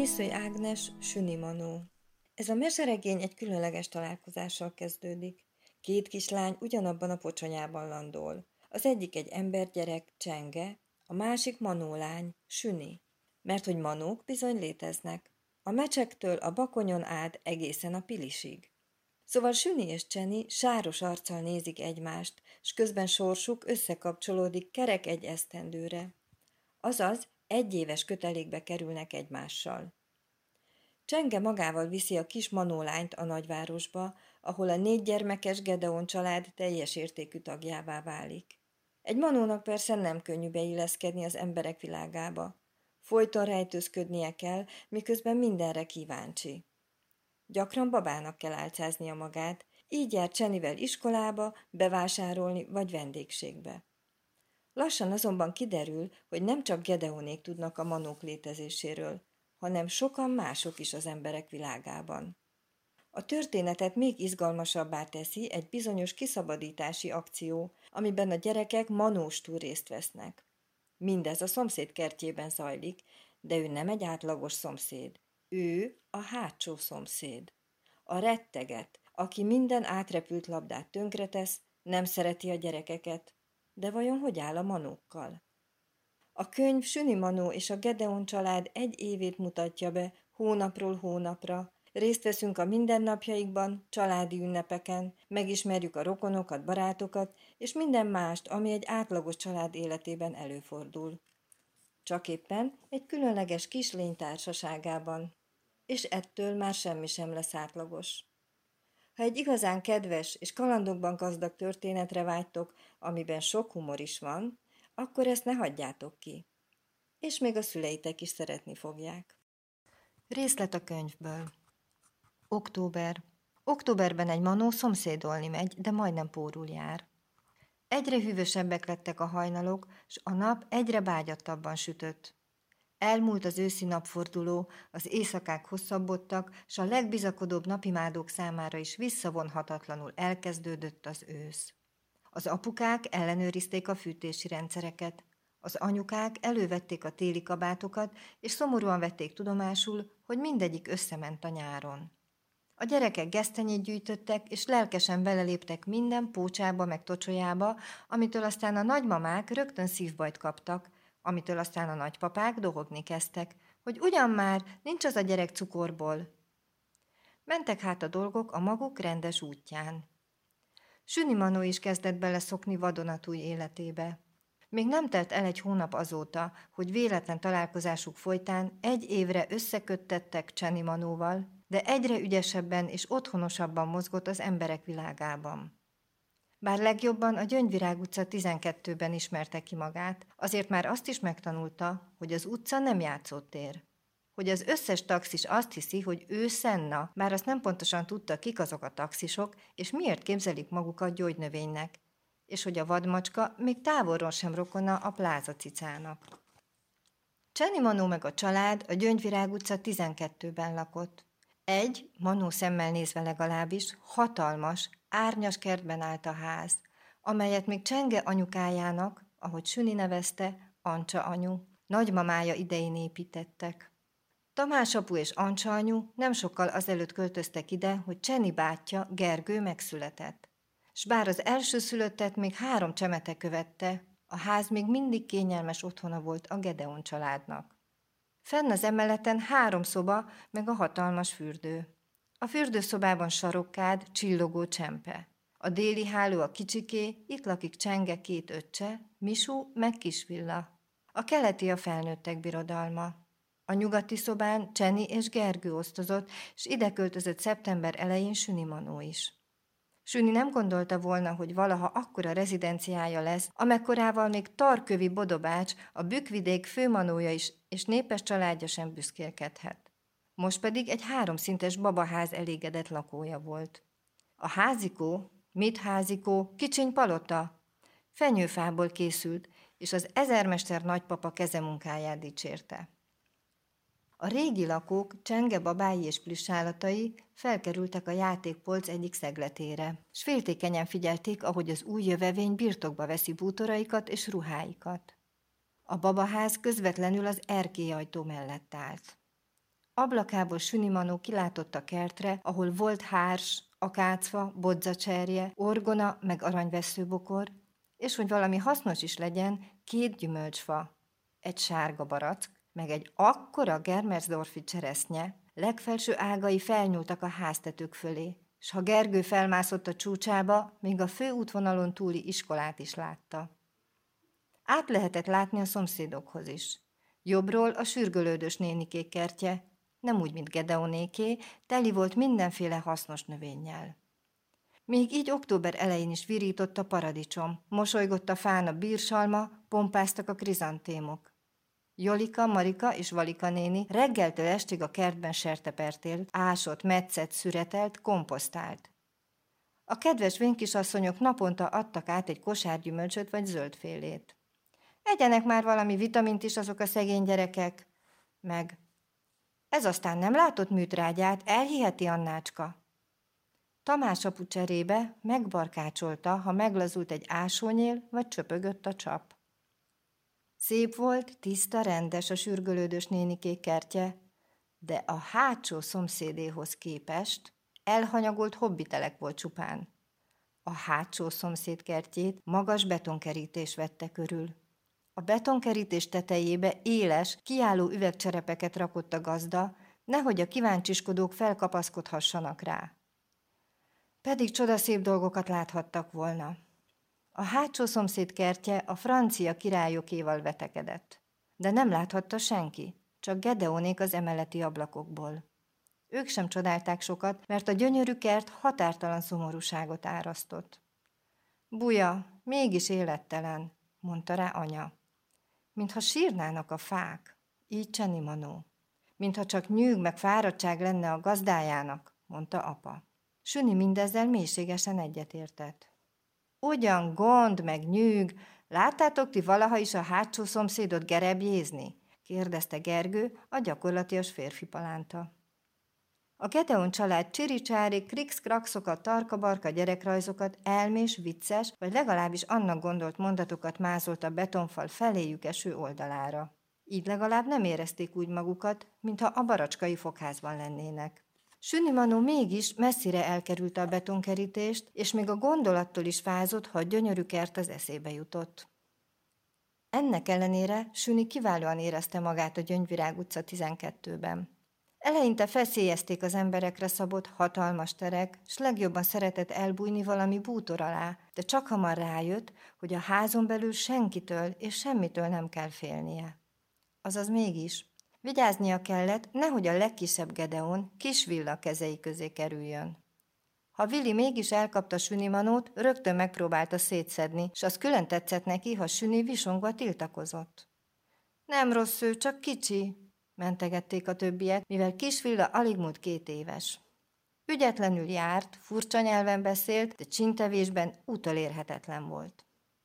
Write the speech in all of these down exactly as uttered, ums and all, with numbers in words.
Mészöly Ágnes, Süni Manó. Ez a meseregény egy különleges találkozással kezdődik. Két kislány ugyanabban a pocsonyában landol. Az egyik egy embergyerek, Csenge, a másik Manó lány, Süni. Mert hogy manók bizony léteznek. A mecsektől a Bakonyon át egészen a Pilisig. Szóval Süni és Cseni sáros arccal nézik egymást, s közben sorsuk összekapcsolódik kerek egy esztendőre. Azaz, egy éves kötelékbe kerülnek egymással. Csenge magával viszi a kis Manó lányt a nagyvárosba, ahol a négy gyermekes Gedeon család teljes értékű tagjává válik. Egy Manónak persze nem könnyű beilleszkedni az emberek világába. Folyton rejtőzködnie kell, miközben mindenre kíváncsi. Gyakran babának kell álcáznia magát, így jár Csenivel iskolába, bevásárolni vagy vendégségbe. Lassan azonban kiderül, hogy nem csak Gedeonék tudnak a manók létezéséről, hanem sokan mások is az emberek világában. A történetet még izgalmasabbá teszi egy bizonyos kiszabadítási akció, amiben a gyerekek manóstul részt vesznek. Mindez a szomszéd kertjében zajlik, de ő nem egy átlagos szomszéd. Ő a hátsó szomszéd. A retteget, aki minden átrepült labdát tönkretesz, nem szereti a gyerekeket. De vajon hogy áll a manókkal? A könyv Süni Manó és a Gedeon család egy évét mutatja be, hónapról hónapra. Részt veszünk a mindennapjaikban, családi ünnepeken, megismerjük a rokonokat, barátokat, és minden mást, ami egy átlagos család életében előfordul. Csak éppen egy különleges kislény társaságában. És ettől már semmi sem lesz átlagos. Ha egy igazán kedves és kalandokban gazdag történetre vágytok, amiben sok humor is van, akkor ezt ne hagyjátok ki. És még a szüleitek is szeretni fogják. Részlet a könyvből. Október. Októberben egy manó szomszédolni megy, de majdnem pórul jár. Egyre hűvösebbek lettek a hajnalok, s a nap egyre bágyattabban sütött. Elmúlt az őszi napforduló, az éjszakák hosszabbodtak, s a legbizakodóbb napimádók számára is visszavonhatatlanul elkezdődött az ősz. Az apukák ellenőrizték a fűtési rendszereket, az anyukák elővették a téli kabátokat, és szomorúan vették tudomásul, hogy mindegyik összement a nyáron. A gyerekek gesztenyét gyűjtöttek, és lelkesen beleléptek minden pócsába meg tocsolyába, amitől aztán a nagymamák rögtön szívbajt kaptak, amitől aztán a nagypapák dohogni kezdtek, hogy ugyan már nincs az a gyerek cukorból. Mentek hát a dolgok a maguk rendes útján. Süni Manó is kezdett beleszokni vadonatúj életébe. Még nem telt el egy hónap azóta, hogy véletlen találkozásuk folytán egy évre összeköttettek Cseni Manóval, de egyre ügyesebben és otthonosabban mozgott az emberek világában. Bár legjobban a Gyöngyvirág utca tizenkettőben ismerte ki magát, azért már azt is megtanulta, hogy az utca nem játszótér. Hogy az összes taxis azt hiszi, hogy ő Szenna, bár azt nem pontosan tudta, kik azok a taxisok, és miért képzelik magukat gyógynövénynek, és hogy a vadmacska még távolról sem rokona a plázacicának. Cseni Manó meg a család a Gyöngyvirág utca tizenkettőben lakott. Egy, Manó szemmel nézve legalábbis, hatalmas, árnyas kertben állt a ház, amelyet még Csenge anyukájának, ahogy Süni nevezte, Ancsa anyu, nagymamája idején építettek. Tamás apu és Ancsa anyu nem sokkal azelőtt költöztek ide, hogy Cseni bátyja, Gergő megszületett. S bár az elsőszülöttet még három csemete követte, a ház még mindig kényelmes otthona volt a Gedeon családnak. Fenn az emeleten három szoba, meg a hatalmas fürdő. A fürdőszobában sarokkád, csillogó csempe. A déli háló a kicsiké, itt lakik Csenge két öccse, Misú meg Kisvilla. A keleti a felnőttek birodalma. A nyugati szobán Cseni és Gergő osztozott, s ide költözött szeptember elején Süni Manó is. Süni nem gondolta volna, hogy valaha akkora rezidenciája lesz, amekkorával még Tarkövi Bodobács, a Bükkvidék főmanója is és népes családja sem büszkélkedhet. Most pedig egy háromszintes babaház elégedett lakója volt. A házikó, mit házikó, kicsiny palota, fenyőfából készült, és az ezermester nagypapa kezemunkáját dicsérte. A régi lakók, Csenge babái és plüssállatai felkerültek a játékpolc egyik szegletére, s féltékenyen figyelték, ahogy az új jövevény birtokba veszi bútoraikat és ruháikat. A babaház közvetlenül az erkélyajtó mellett állt. Ablakából Süni Manó kilátott a kertre, ahol volt hárs, akácfa, bodzacserje, orgona meg aranyvesszőbokor, és hogy valami hasznos is legyen, két gyümölcsfa, egy sárga barack, meg egy akkora Germersdorfi cseresznye, legfelső ágai felnyúltak a háztetők fölé, s ha Gergő felmászott a csúcsába, még a főútvonalon túli iskolát is látta. Át lehetett látni a szomszédokhoz is. Jobbról a sürgölődös nénikék kertje, nem úgy, mint Gedeonéké, teli volt mindenféle hasznos növényel. Még így október elején is virított a paradicsom, mosolygott a fán a bírsalma, pompáztak a krizantémok. Jolika, Marika és Valika néni reggeltől estig a kertben sertepertélt, ásott, metszett, szüretelt, komposztált. A kedves vénkisasszonyok naponta adtak át egy kosár gyümölcsöt vagy zöldfélét. Egyenek már valami vitamint is azok a szegény gyerekek, meg ez aztán nem látott műtrágyát, elhiheti Annácska. Tamás apu cserébe megbarkácsolta, ha meglazult egy ásónyél, vagy csöpögött a csap. Szép volt, tiszta, rendes a sürgölődös nénikék kertje, de a hátsó szomszédéhoz képest elhanyagolt hobbitelek volt csupán. A hátsó szomszéd kertjét magas betonkerítés vette körül. A betonkerítés tetejébe éles, kiálló üvegcserepeket rakott a gazda, nehogy a kíváncsiskodók felkapaszkodhassanak rá. Pedig csodaszép dolgokat láthattak volna. A hátsó szomszéd kertje a francia királyokéval vetekedett, de nem láthatta senki, csak Gedeonék az emeleti ablakokból. Ők sem csodálták sokat, mert a gyönyörű kert határtalan szomorúságot árasztott. Buja, mégis élettelen, mondta rá anya. Mintha sírnának a fák, így Cseni Manó. Mintha csak nyűg meg fáradtság lenne a gazdájának, mondta apa. Süni mindezzel mélységesen egyetértett. Ugyan gond meg nyűg, láttátok ti valaha is a hátsó szomszédot gerebjézni? Kérdezte Gergő, a gyakorlatias férfi palánta. A Gedeon család csiricsári, krix-kraxokat, tarka-barka gyerekrajzokat, elmés, vicces, vagy legalábbis annak gondolt mondatokat mázolt a betonfal feléjük eső oldalára. Így legalább nem érezték úgy magukat, mintha a baracskai fogházban lennének. Süni Manó mégis messzire elkerülte a betonkerítést, és még a gondolattól is fázott, ha a gyönyörű kert az eszébe jutott. Ennek ellenére Süni kiválóan érezte magát a Gyöngyvirág utca tizenkettőben. Eleinte feszélyezték az emberekre szabott hatalmas terek, s legjobban szeretett elbújni valami bútor alá, de csak hamar rájött, hogy a házon belül senkitől és semmitől nem kell félnie. Azaz mégis, vigyáznia kellett, nehogy a legkisebb Gedeon kis Villa kezei közé kerüljön. Ha Vili mégis elkapta Süni Manót, rögtön megpróbálta szétszedni, s az külön tetszett neki, ha Süni visongva tiltakozott. Nem rossz ő, csak kicsi, mentegették a többiek, mivel kis Villa alig múlt két éves. Ügyetlenül járt, furcsa nyelven beszélt, de csintevésben utolérhetetlen volt.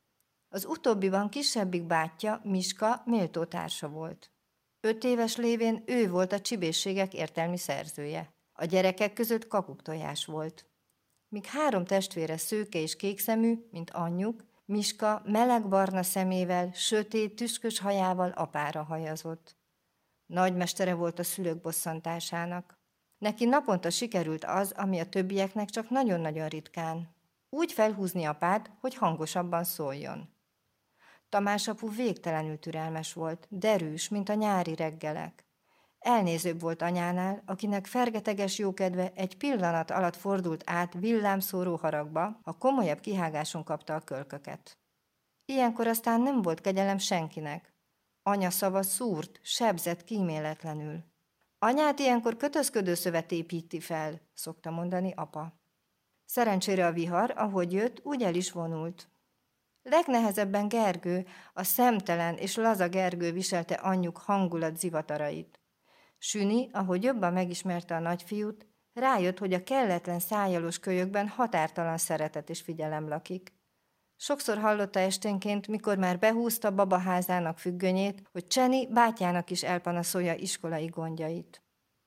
Az utóbbiban kisebbik bátyja, Miska, méltó társa volt. Öt éves lévén ő volt a csibészségek értelmi szerzője. A gyerekek között kakuktojás volt. Míg három testvére szőke és kékszemű, mint anyjuk, Miska meleg-barna szemével, sötét, tüskös hajával apára hajazott. Nagymestere volt a szülők bosszantásának. Neki naponta sikerült az, ami a többieknek csak nagyon-nagyon ritkán. Úgy felhúzni apát, hogy hangosabban szóljon. Tamás apu végtelenül türelmes volt, derűs, mint a nyári reggelek. Elnézőbb volt anyánál, akinek fergeteges jókedve egy pillanat alatt fordult át villámszóró haragba, ha komolyabb kihágáson kapta a kölköket. Ilyenkor aztán nem volt kegyelem senkinek. Anya szava szúrt, sebzett kíméletlenül. Anyát ilyenkor kötözködő szövet építi fel, szokta mondani apa. Szerencsére a vihar, ahogy jött, úgy el is vonult. Legnehezebben Gergő, a szemtelen és laza Gergő viselte anyjuk hangulat zivatarait. Süni, ahogy jobban megismerte a nagyfiút, rájött, hogy a kelletlen szájalos kölyökben határtalan szeretet és figyelem lakik. Sokszor hallotta esténként, mikor már behúzta babaházának függönyét, hogy Cseni bátyjának is elpanaszolja iskolai gondjait.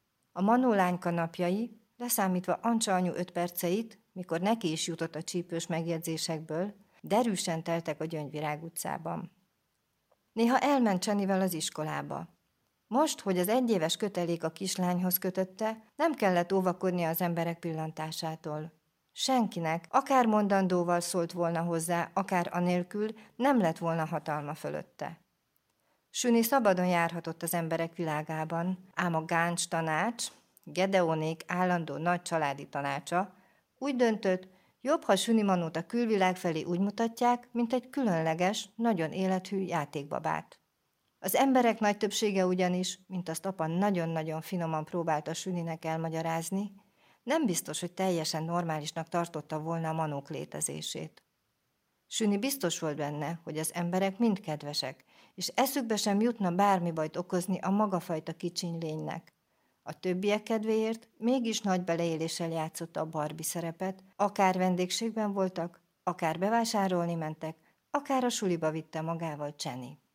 A Manó lányka napjai, leszámítva Ancsa anyu öt perceit, mikor neki is jutott a csípős megjegyzésekből, derűsen teltek a Gyöngyvirág utcában. Néha elment Csenivel az iskolába. Most, hogy az egyéves kötelék a kislányhoz kötötte, nem kellett óvakodnia az emberek pillantásától. Senkinek, akár mondandóval szólt volna hozzá, akár anélkül, nem lett volna hatalma fölötte. Süni szabadon járhatott az emberek világában, ám a Gáncs tanács, Gedeonék állandó nagy családi tanácsa úgy döntött, jobb, ha Süni Manót a külvilág felé úgy mutatják, mint egy különleges, nagyon élethű játékbabát. Az emberek nagy többsége ugyanis, mint azt apa nagyon-nagyon finoman próbálta Süninek elmagyarázni, nem biztos, hogy teljesen normálisnak tartotta volna a Manók létezését. Süni biztos volt benne, hogy az emberek mind kedvesek, és eszükbe sem jutna bármi bajt okozni a magafajta kicsiny lénynek. A többiek kedvéért mégis nagy beleéléssel játszotta a Barbie szerepet, akár vendégségben voltak, akár bevásárolni mentek, akár a suliba vitte magával Jenny.